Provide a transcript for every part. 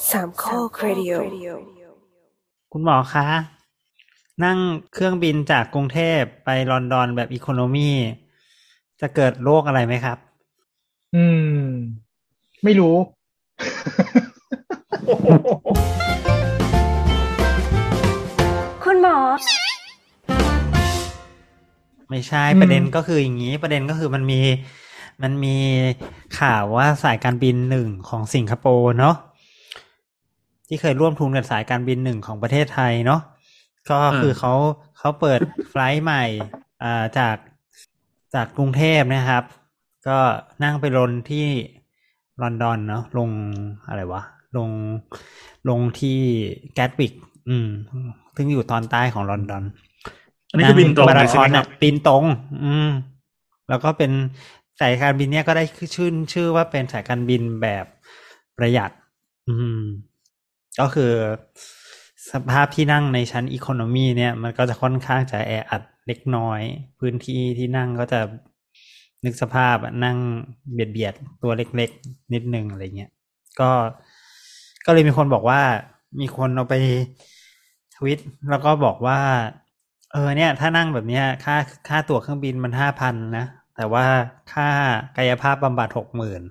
สามข้อครดิโอคุณหมอคะนั่งเครื่องบินจากกรุงเทพไปลอนดอนแบบอีโคโนมีจะเกิดโรคอะไรไหมครับอืมไม่รู้คุณหมอไม่ใช่ประเด็นก็คืออย่างนี้ประเด็นก็คือมันมีข่าวว่าสายการบินหนึ่งของสิงคโปร์เนาะที่เคยร่วมทุนกับสายการบินหนึ่งของประเทศไทยเนาะก็คือเขาเปิดไฟลท์ใหม่จากกรุงเทพนะครับก็นั่งไปลงที่ลอนดอนเนาะลงอะไรวะลงที่แกตวิกซึ่งอยู่ตอนใต้ของลอนดอนอันนี้คือบินตรงเลยใช่ไหมครับบินตรงแล้วก็เป็นสายการบินเนี้ยก็ได้ชื่อว่าเป็นสายการบินแบบประหยัดก็คือสภาพที่นั่งในชั้นอีโคโนมีเนี่ยมันก็จะค่อนข้างจะแออัดเล็กน้อยพื้นที่ที่นั่งก็จะนึกสภาพนั่งเบียดตัวเล็กๆนิดนึงอะไรเงี้ยก็เลยมีคนบอกว่ามีคนเอาไปทวิตแล้วก็บอกว่าเนี่ยถ้านั่งแบบเนี้ยค่าตั๋วเครื่องบินมัน 5,000 นะแต่ว่าค่ากายภาพบำบัด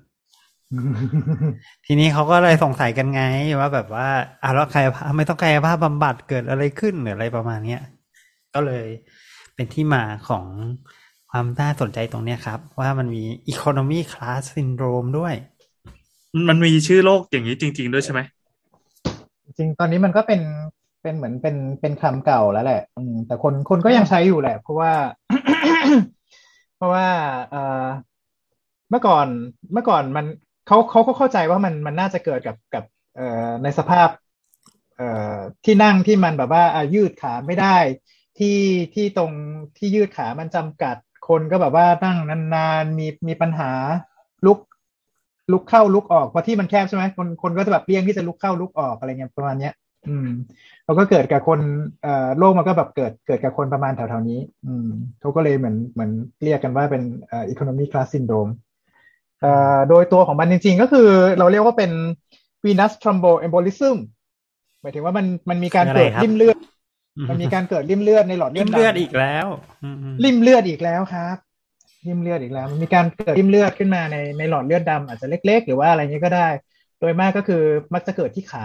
60,000 ทีนี้เขาก็เลยสงสัยกันไงว่าแบบว่าแล้วกายภาพไม่ต้องกายภาพบำบัดเกิดอะไรขึ้นหรืออะไรประมาณเนี้ยก็เลยเป็นที่มาของความน่าสนใจตรงเนี้ยครับว่ามันมี economy class syndrome ด้วยมันมีชื่อโรคอย่างนี้จริงๆด้วยใช่ไหมจริงตอนนี้มันก็เป็นเหมือนเป็นคำเก่าแล้วแหละแต่คนก็ยังใช้อยู่แหละเพราะว่า เพราะว่าเมื่อก่อนมันเขาก็เข้าใจว่ามันน่าจะเกิดกับในสภาพที่นั่งที่มันแบบว่ายืดขาไม่ได้ที่ตรงที่ยืดขามันจำกัดคนก็แบบว่านั่งนานๆมีปัญหาลุกเข้าลุกออกเพราะที่มันแคบใช่ไหมคนก็จะแบบเลี่ยงที่จะลุกเข้าลุกออกอะไรเงี้ยประมาณเนี้ยเราก็เกิดกับคนโรคมันก็แบบเกิดกับคนประมาณแถวๆนี้เขาก็เลยเหมือนเรียกกันว่าเป็นeconomy class syndrome โดยตัวของมันจริงๆก็คือเราเรียกว่าเป็น venous thromboembolism หมายถึงว่ามันมีการเกิดริ่มเลือดมันมีการเกิดริ่มเลือดในหลอดเลือดริ่มเลือดอีกแล้วริ่มเลือดอีกแล้วครับริ่มเลือดอีกแล้วมันมีการเกิดริ่มเลือดขึ้นมาในหลอดเลือดดำอาจจะเล็กๆหรือว่าอะไรเงี้ยก็ได้โดยมากก็คือมักจะเกิดที่ขา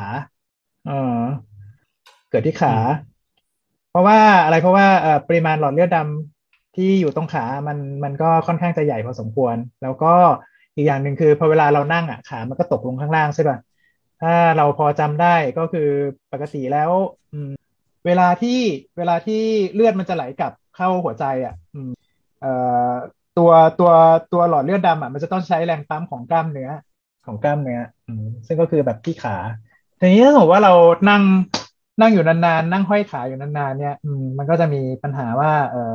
เกิดที่ขาเพราะว่าปริมาณหลอดเลือดดำที่อยู่ตรงขามันก็ค่อนข้างจะใหญ่พอสมควรแล้วก็อีกอย่างหนึ่งคือพอเวลาเรานั่งขามันก็ตกลงข้างล่างใช่ป่ะถ้าเราพอจำได้ก็คือปกติแล้วเวลาที่เลือดมันจะไหลกลับเข้าหัวใจเอ่อตัวตัวหลอดเลือดดำมันจะต้องใช้แรงปั๊มของกล้ามเนื้อซึ่งก็คือแบบที่ขาทีนี้ถ้าสมมติว่าเรานั่งอยู่นานๆนั่งห้อยขาอยู่นานๆเนี่ยมันก็จะมีปัญหาว่า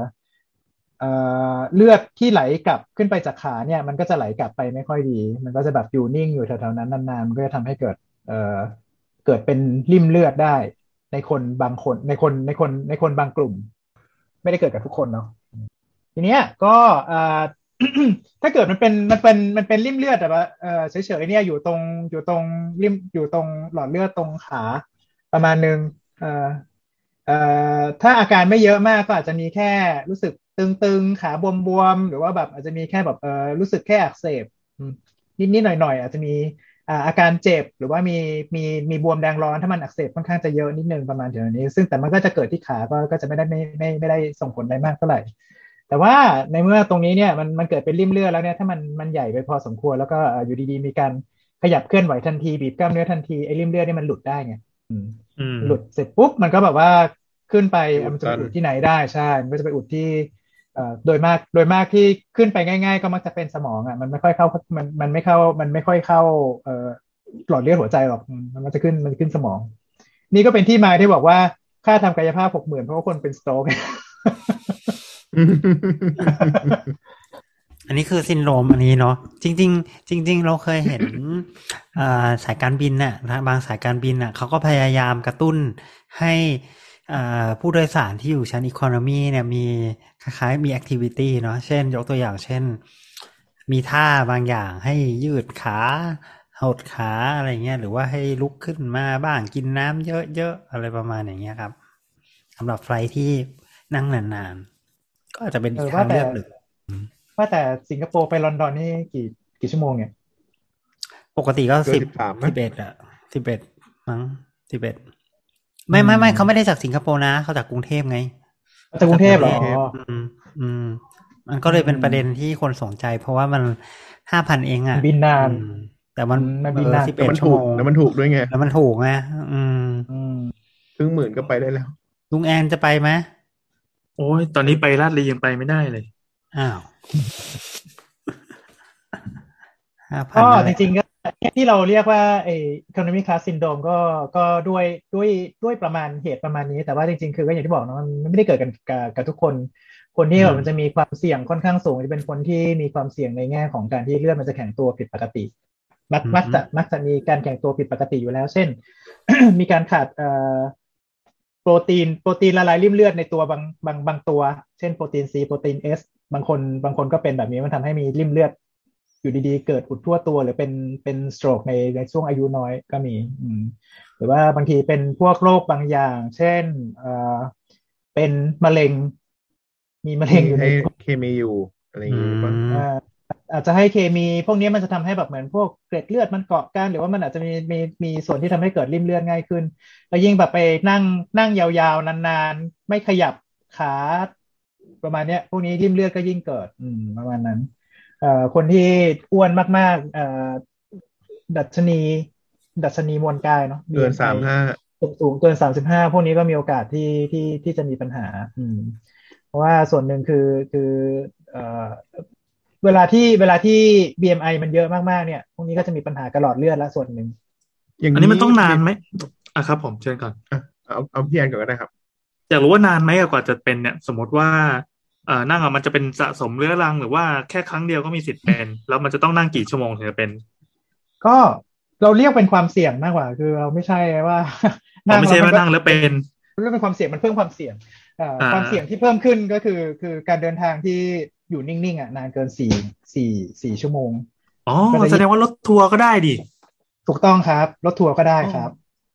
เลือดที่ไหลกลับขึ้นไปจากขาเนี่ยมันก็จะไหลกลับไปไม่ค่อยดีมันก็จะแบบอยู่นิ่งอยู่แถวๆนั้นนานๆมันก็จะทำให้เกิดเป็นริ่มเลือดได้ในคนบางคนในคนบางกลุ่มไม่ได้เกิดกับทุกคนเนาะทีเนี้ยก็ถ้าเกิดมันเป็นริ่มเลือดแต่ว่าเฉยๆเนี่ยอยู่ตรงริ่มอยู่ตรงหลอดเลือดตรงขาประมาณนึงถ้าอาการไม่เยอะมากก็อาจจะมีแค่รู้สึกตึงๆขาบวมๆหรือว่าแบบอาจจะมีแค่แบบรู้สึกแค่อักเสบนิดๆหน่อยๆอาจจะมีอาการเจ็บหรือว่ามีบวมแดงร้อนถ้ามันอักเสบค่อนข้างจะเยอะนิดนึงประมาณอย่างนี้ซึ่งแต่มันก็จะเกิดที่ขาก็จะไม่ได้ส่งผลอะไรมากเท่าไหร่แต่ว่าในเมื่อตรงนี้เนี่ยมันเกิดเป็นริ่มเลือดแล้วเนี่ยถ้ามันใหญ่ไปพอสมควรแล้วก็อยู่ดีๆมีการขยับเคลื่อนไหวทันทีบีบกล้ามเนื้อทันทีไอ้ริ่มเลือดนี่มันหลุดได้ไงหลุดเสร็จปุ๊บมันก็แบบว่าขึ้นไปมันจะไปอุดที่ไหนได้ใช่มันก็จะไปอุดที่โดยมากที่ขึ้นไปง่ายๆก็มักจะเป็นสมองมันไม่ค่อยเข้ามันไม่ค่อยเข้าหลอดเลือดหัวใจหรอกมันจะขึ้นสมองนี่ก็เป็นที่มาที่บอกว่าค่าทำกายภาพ 60,000 เพราะว่าคนเป็นสโตรกอันนี้คือซินโดรมอันนี้เนาะจริงเราเคยเห็นสายการบินน่ะบางสายการบินน่ะเขาก็พยายามกระตุ้นให้ผู้โดยสารที่อยู่ชั้นอีโคโนมีเนี่ยมีคล้ายๆมีแอคทิวิตี้เนาะเช่นยกตัวอย่างเช่นมีท่าบางอย่างให้ยืดขาหดขาอะไรเงี้ยหรือว่าให้ลุกขึ้นมาบ้างกินน้ำเยอะๆอะไรประมาณอย่างเงี้ยครับสำหรับไฟล์ที่นั่งนานๆก็อาจจะเป็นอีกทางเลือกหนึ่งว่าแต่สิงคโปร์ไปลอนดอนนี่กี่ชั่วโมงเนี่ยปกติก็11อ่ะ11มั้ง11ไม่เขาไม่ได้จากสิงคโปร์นะเขาจากกรุงเทพไงจากกรุงเทพเหรอมันก็เลยเป็นประเด็นที่คนสนใจเพราะว่ามัน 5,000 เองอ่ะบินนานแต่มันบินนาน 11 ชั่วโมงแล้วมันถูกด้วยไงแล้วมันถูกไงครึ่งหมื่นก็ไปได้แล้วลุงแอนจะไปไหมโอ้ยตอนนี้ไปลาดลียังไปไม่ได้เลยอ้าวก็จริงๆก็ที่เราเรียกว่าeconomy class syndrome ก็ด้วยประมาณเหตุประมาณนี้แต่ว่าจริงๆคือก็อย่างที่บอกนะมันไม่ได้เกิดกันกับทุกคนที่มันจะมีความเสี่ยงค่อนข้างสูงจะเป็นคนที่มีความเสี่ยงในแง่ของการที่เลือดมันจะแข็งตัวผิดปกติมักจะมีการแข็งตัวผิดปกติอยู่แล้วเช่น มีการขาดโปรตีนละลายริ่มเลือดในตัวบางตัวเช่นโปรตีน C โปรตีน S บางคนก็เป็นแบบนี้มันทำให้มีริ่มเลือดอยู่ดีๆเกิดอุดทั่วตัวหรือเป็นสโตรกในช่วงอายุน้อยก็มีหรือว่าบางทีเป็นพวกโรคบางอย่างเช่นเป็นมะเร็งมีมะเร็งอยู่ในเคมีอยู่อะไรอย่างงี้ป่ะอาจจะให้เคมีพวกนี้มันจะทำให้แบบเหมือนพวกเกล็ดเลือดมันเกาะกันหรือว่ามันอาจจะมีส่วนที่ทำให้เกิดริ่มเลือดง่ายขึ้นแล้วยิ่งแบบไปนั่งยาวๆนานๆไม่ขยับขาประมาณเนี้ยพวกนี้ริ่มเลือดก็ยิ่งเกิดประมาณนั้นคนที่อ้วนมากๆดัชนีมวลกายเนาะเกิน35 สูงเกิน35พวกนี้ก็มีโอกาสที่จะมีปัญหาเพราะว่าส่วนหนึ่งคือเวลาที่ BMI มันเยอะมากๆเนี่ยพวกนี้ก็จะมีปัญหากระหลอดเลือดละส่วนหนึ่งอันนี้มันต้องนานไหมครับผมเชิญก่อนเอาพี่แอนก่อนก็ได้ครับอยากรู้ว่านานไหมกว่าจะเป็นเนี่ยสมมติว่านั่งมันจะเป็นสะสมเรื้อรังหรือว่าแค่ครั้งเดียวก็มีสิทธิ์เป็นแล้วมันจะต้องนั่งกี่ชั่วโมงถึงจะเป็นก็เราเรียกเป็นความเสี่ยงมากกว่าคือเราไม่ใช่ว่าไม่ใช่ว่านั่งแล้วเป็นเรื่องเป็นความเสี่ยงมันเพิ่มความเสี่ยงความเสี่ยงที่เพิ่มขึ้นก็คือการเดินทางที่อยู่นิ่งๆนานเกิน4ชั่วโมงอ๋อแสดงว่ารถทัวร์ก็ได้ดิถูกต้องครับรถทัวร์ก็ได้ครับ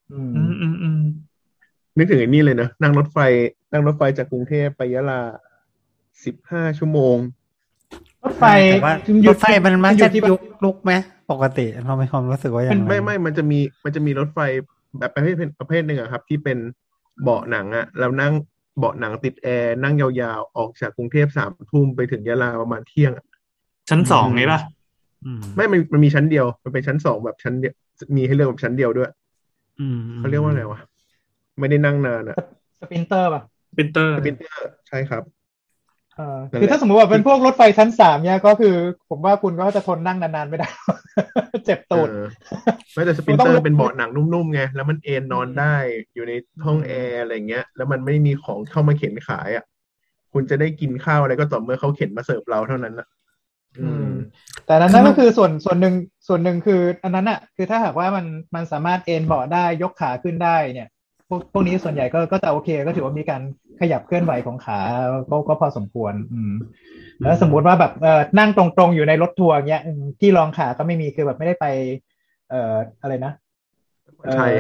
นึกถึงไอ้นี่เลยนะนั่งรถไฟจากกรุงเทพไปยะลา15 ชั่วโมงรถไฟมันมักจะลุกไหมปกติเราไม่ความรู้สึกว่าอย่างไรไม่มันจะมีรถไฟแบบประเภทหนึ่งอะครับที่เป็นเบาะหนังอะแล้วนั่งเบาะหนังติดแอร์นั่งยาวๆออกจากกรุงเทพ3 ทุ่มไปถึงยะลาประมาณเที่ยงชั้น2ไงป่ะไม่มันมีชั้นเดียวมันเป็นชั้น2แบบชั้นเดียวมีให้เลือกแบบชั้นเดียวด้วยเขาเรียกว่าอะไรวะไม่ได้นั่งนานอะสปินเตอร์ป่ะสปินเตอร์ใช่ครับคือถ้าสมมติว่าเป็นพวกรถไฟชั้น3เนี่ยก็คือผมว่าคุณก็จะทนนั่งนานๆไม่ได้ เจ็บตูดไม่แต่สปินเตอร์เป็นเบาะหนังนุ่มๆไงแล้วมันเอนนอนได้อยู่ในห้องแอร์อะไรเงี้ยแล้วมันไม่มีของเข้ามาเข็นขายอ่ะคุณจะได้กินข้าวอะไรก็ต่อเมื่อเขาเข็นมาเสิร์ฟเราเท่านั้นนะแต่นั้นก็คือส่วนหนึ่งคืออันนั้นอ่ะคือถ้าหากว่ามันสามารถเอนเบาะได้ยกขาขึ้นได้เนี่ยพวกนี้ส่วนใหญ่ก็จะโอเคก็ถือว่ามีการขยับเคลื่อนไหวของขาก็พอสมควรแล้วสมมุติว่าแบบนั่งตรงๆอยู่ในรถทัวร์เงี้ยที่รองขาก็ไม่มีคือแบบไม่ได้ไปอะไรนะใช่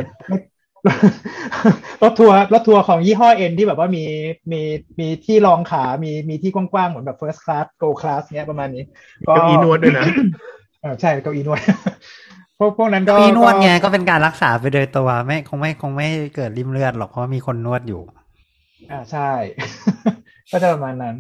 รถทัวร์ของยี่ห้อเอ็นที่แบบว่ามีที่รองขามีที่กว้างๆเหมือนแบบ first class gold class เงี้ยประมาณนี้เก้าอี้นวดด้วยนะใช่เก้าอี้นวดพวกนั้นก็นวดไงก็เป็นการรักษาไปโดยตัวคงไม่เกิดริ่มเลือดหรอกเพราะมีคนนวดอยู่ใช่ ก็จะประมาณนั้น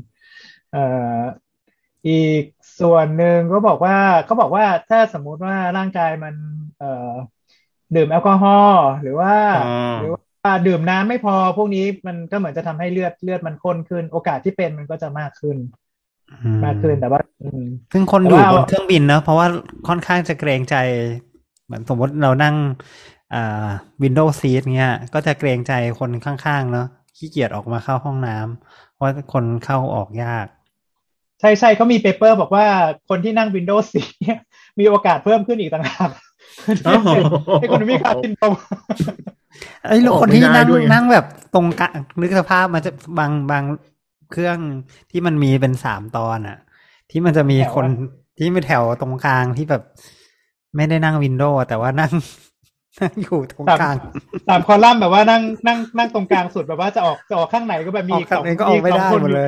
อีกส่วนหนึ่งเขาบอกว่าถ้าสมมุติว่าร่างกายมันดื่มแอลกอฮอล์หรือว่าดื่มน้ำไม่พอพวกนี้มันก็เหมือนจะทำให้เลือดมันข้นขึ้นโอกาสที่เป็นมันก็จะมากขึ้นแต่ว่าซึ่งคนอยู่บนเครื่องบินเนอะเพราะว่าค่อนข้างจะเกรงใจเหมือนสมมติเรานั่งwindow seat เงี้ยก็จะเกรงใจคนข้างๆเนอะขี้เกียจออกมาเข้าห้องน้ำเพราะคนเข้าออกยากใช่เขามีเปเปอร์บอกว่าคนที่นั่ง Windows 4เนี่ยมีโอกาสเพิ่มขึ้นอีกต่างหากให้คนมีขาดซินโดรมแล้วคนที่นั่งแบบตรงกลางนึกสภาพมันจะบางเครื่องที่มันมีเป็น3 ตอนอ่ะที่มันจะมีคนที่มีแถวตรงกลางที่แบบไม่ได้นั่งวินโดว์แต่ว่านั่ง นั่งอยู่ตรงกลางสามคอลัมน์แบบว่านั่งตรงกลางสุดแบบว่าจะออกข้างไหนก็แบบมีออกข้างไหนก็ออกไม่ได้หมดเลย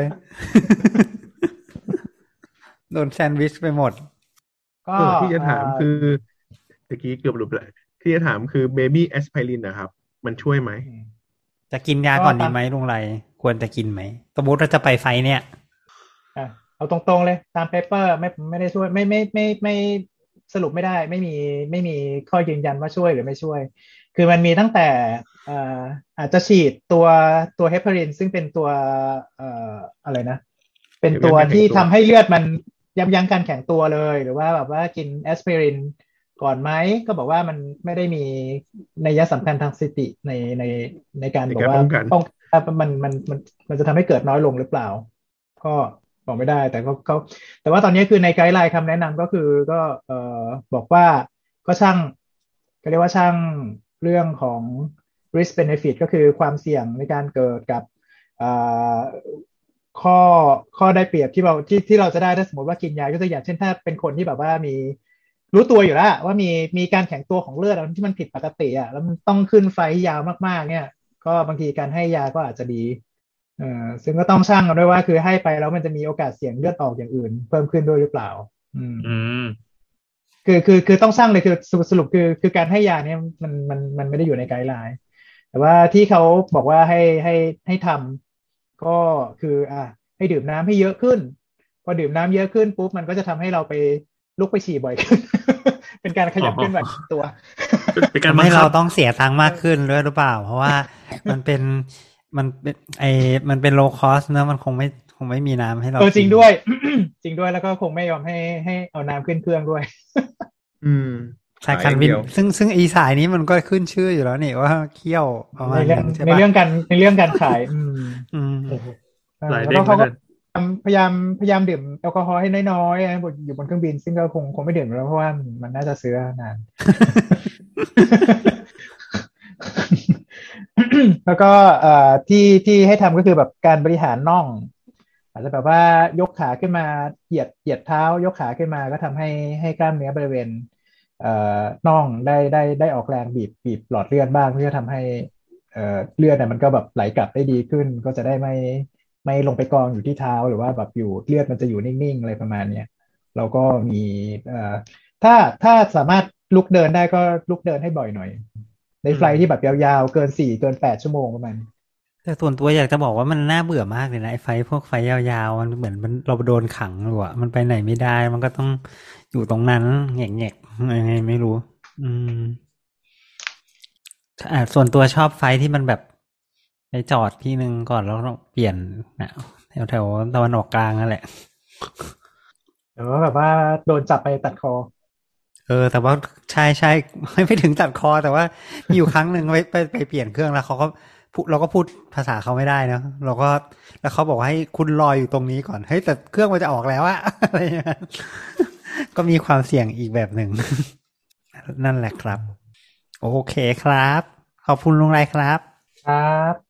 โดนแซนด์วิชไปหมดก็ที่จะถามคือตะกี้เกือบหลุดเลยที่จะถามคือเบบี้แอสไพรินนะครับมันช่วยไหมจะกินยาก่อนดีไหมลุงไรควรจะกินไหมสมมติเราจะไปไฟเนี่ยเอาตรงๆเลยตามเปเปอร์ไม่ได้ช่วยไม่สรุปไม่ได้ไม่มีข้อยืนยันว่าช่วยหรือไม่ช่วยคือมันมีตั้งแต่อาจจะฉีดตัวเฮปารินซึ่งเป็นตัวอะไรนะเป็นตัวที่ทำให้เลือดมันยับยั้งการแข็งตัวเลยหรือว่าแบบว่ากินแอสไพรินก่อนไหมก็บอกว่ามันไม่ได้มีนัยสำคัญทางสถิติในการบอกว่าป้องมันจะทำให้เกิดน้อยลงหรือเปล่าก็บอกไม่ได้แต่ว่าตอนนี้คือในไกด์ไลน์คำแนะนำก็คือก็บอกว่าก็เรียกว่าช่างเรื่องของ risk benefit ก็คือความเสี่ยงในการเกิดกับข้อได้เปรียบที่เราจะได้ถ้าสมมติว่ากินยายกตัวอย่างเช่นถ้าเป็นคนที่แบบว่ารู้ตัวอยู่แล้วว่ามีการแข็งตัวของเลือดที่มันผิดปกติอ่ะแล้วมันต้องขึ้นไฟยาวมากๆเนี่ยก็บางทีการให้ยาก็อาจจะดีซึ่งก็ต้องชั่งกันด้วยว่าคือให้ไปแล้วมันจะมีโอกาสเสี่ยงเลือดออกอย่างอื่นเพิ่มขึ้นด้วยหรือเปล่าคือต้องชั่งเลยคือสรุปคือการให้ยาเนี่ยมันไม่ได้อยู่ในไกด์ไลน์แต่ว่าที่เขาบอกว่าให้ทำก็คือให้ดื่มน้ำให้เยอะขึ้นพอดื่มน้ำเยอะขึ้นปุ๊บมันก็จะทำให้เราไปลุกไปฉี่บ่อยขึ้น เป็นการขยับเคลื่อนไหวตัวเป็นการให้เราต้องเสียตังค์มากขึ้นด้วยหรือเปล่าเพราะว่ามันเป็นโลคอสนะมันคงไม่มีน้ำให้เราจริงด้วย จริงด้วยแล้วก็คงไม่ยอมให้เอาน้ำขึ้นเครื่องด้วยสายการบินซึ่งอีสายนี้มันก็ขึ้นชื่ออยู่แล้วนี่ว่าเคี่ยวประมาณนั้นใช่ปะในเรื่องการขายแล้วเขาก็พยายามดื่มแอลกอฮอล์ให้น้อยๆอยู่บนเครื่องบินซึ่งก็คงไม่ดื่มแล้วเพราะว่ามันน่าจะเซื้อนาน แล้วก็ที่ให้ทำก็คือแบบการบริหารน่องอาจจะแบบว่ายกขาขึ้นมาเหยียดเท้ายกขาขึ้นมาก็ทำให้กล้ามเนื้อบริเวณน่องได้ออกแรงบีบหลอดเลือดบ้างเพื่อทำให้เลือดมันก็แบบไหลกลับได้ดีขึ้นก็จะได้ไม่ลงไปกองอยู่ที่เท้าหรือว่าแบบอยู่เลือดมันจะอยู่นิ่งๆอะไรประมาณเนี้ยเราก็มีถ้าสามารถลุกเดินได้ก็ลุกเดินให้บ่อยหน่อยในไฟล์ที่แบบยาวๆเกิน8 ชั่วโมงประมาณแต่ส่วนตัวอยากจะบอกว่ามันน่าเบื่อมากเลยนะไอ้พวกไฟยาวๆมันเหมือนเราโดนขังอยู่อ่ะมันไปไหนไม่ได้มันก็ต้องอยู่ตรงนั้นแงกๆยังไงไม่รู้ส่วนตัวชอบไฟที่มันแบบไปจอดที่นึงก่อนแล้วต้องเปลี่ยนนะแถวตะวันออกกลางนั่นแหละแต่ว่าแบบว่าโดนจับไปตัดคอแต่ว่าใช่ไม่ถึงตัดคอแต่ว่ามีอยู่ครั้งหนึ่งไปเปลี่ยนเครื่องแล้วเราก็พูดภาษาเขาไม่ได้เนาะแล้วเขาบอกให้คุณรออยู่ตรงนี้ก่อนเฮ้ยแต่เครื่องมันจะออกแล้วอะอะไรอย่างเงี้ยก็มีความเสี่ยงอีกแบบหนึ่ง นั่นแหละครับโอเคครับขอบคุณลุงไรครับครับ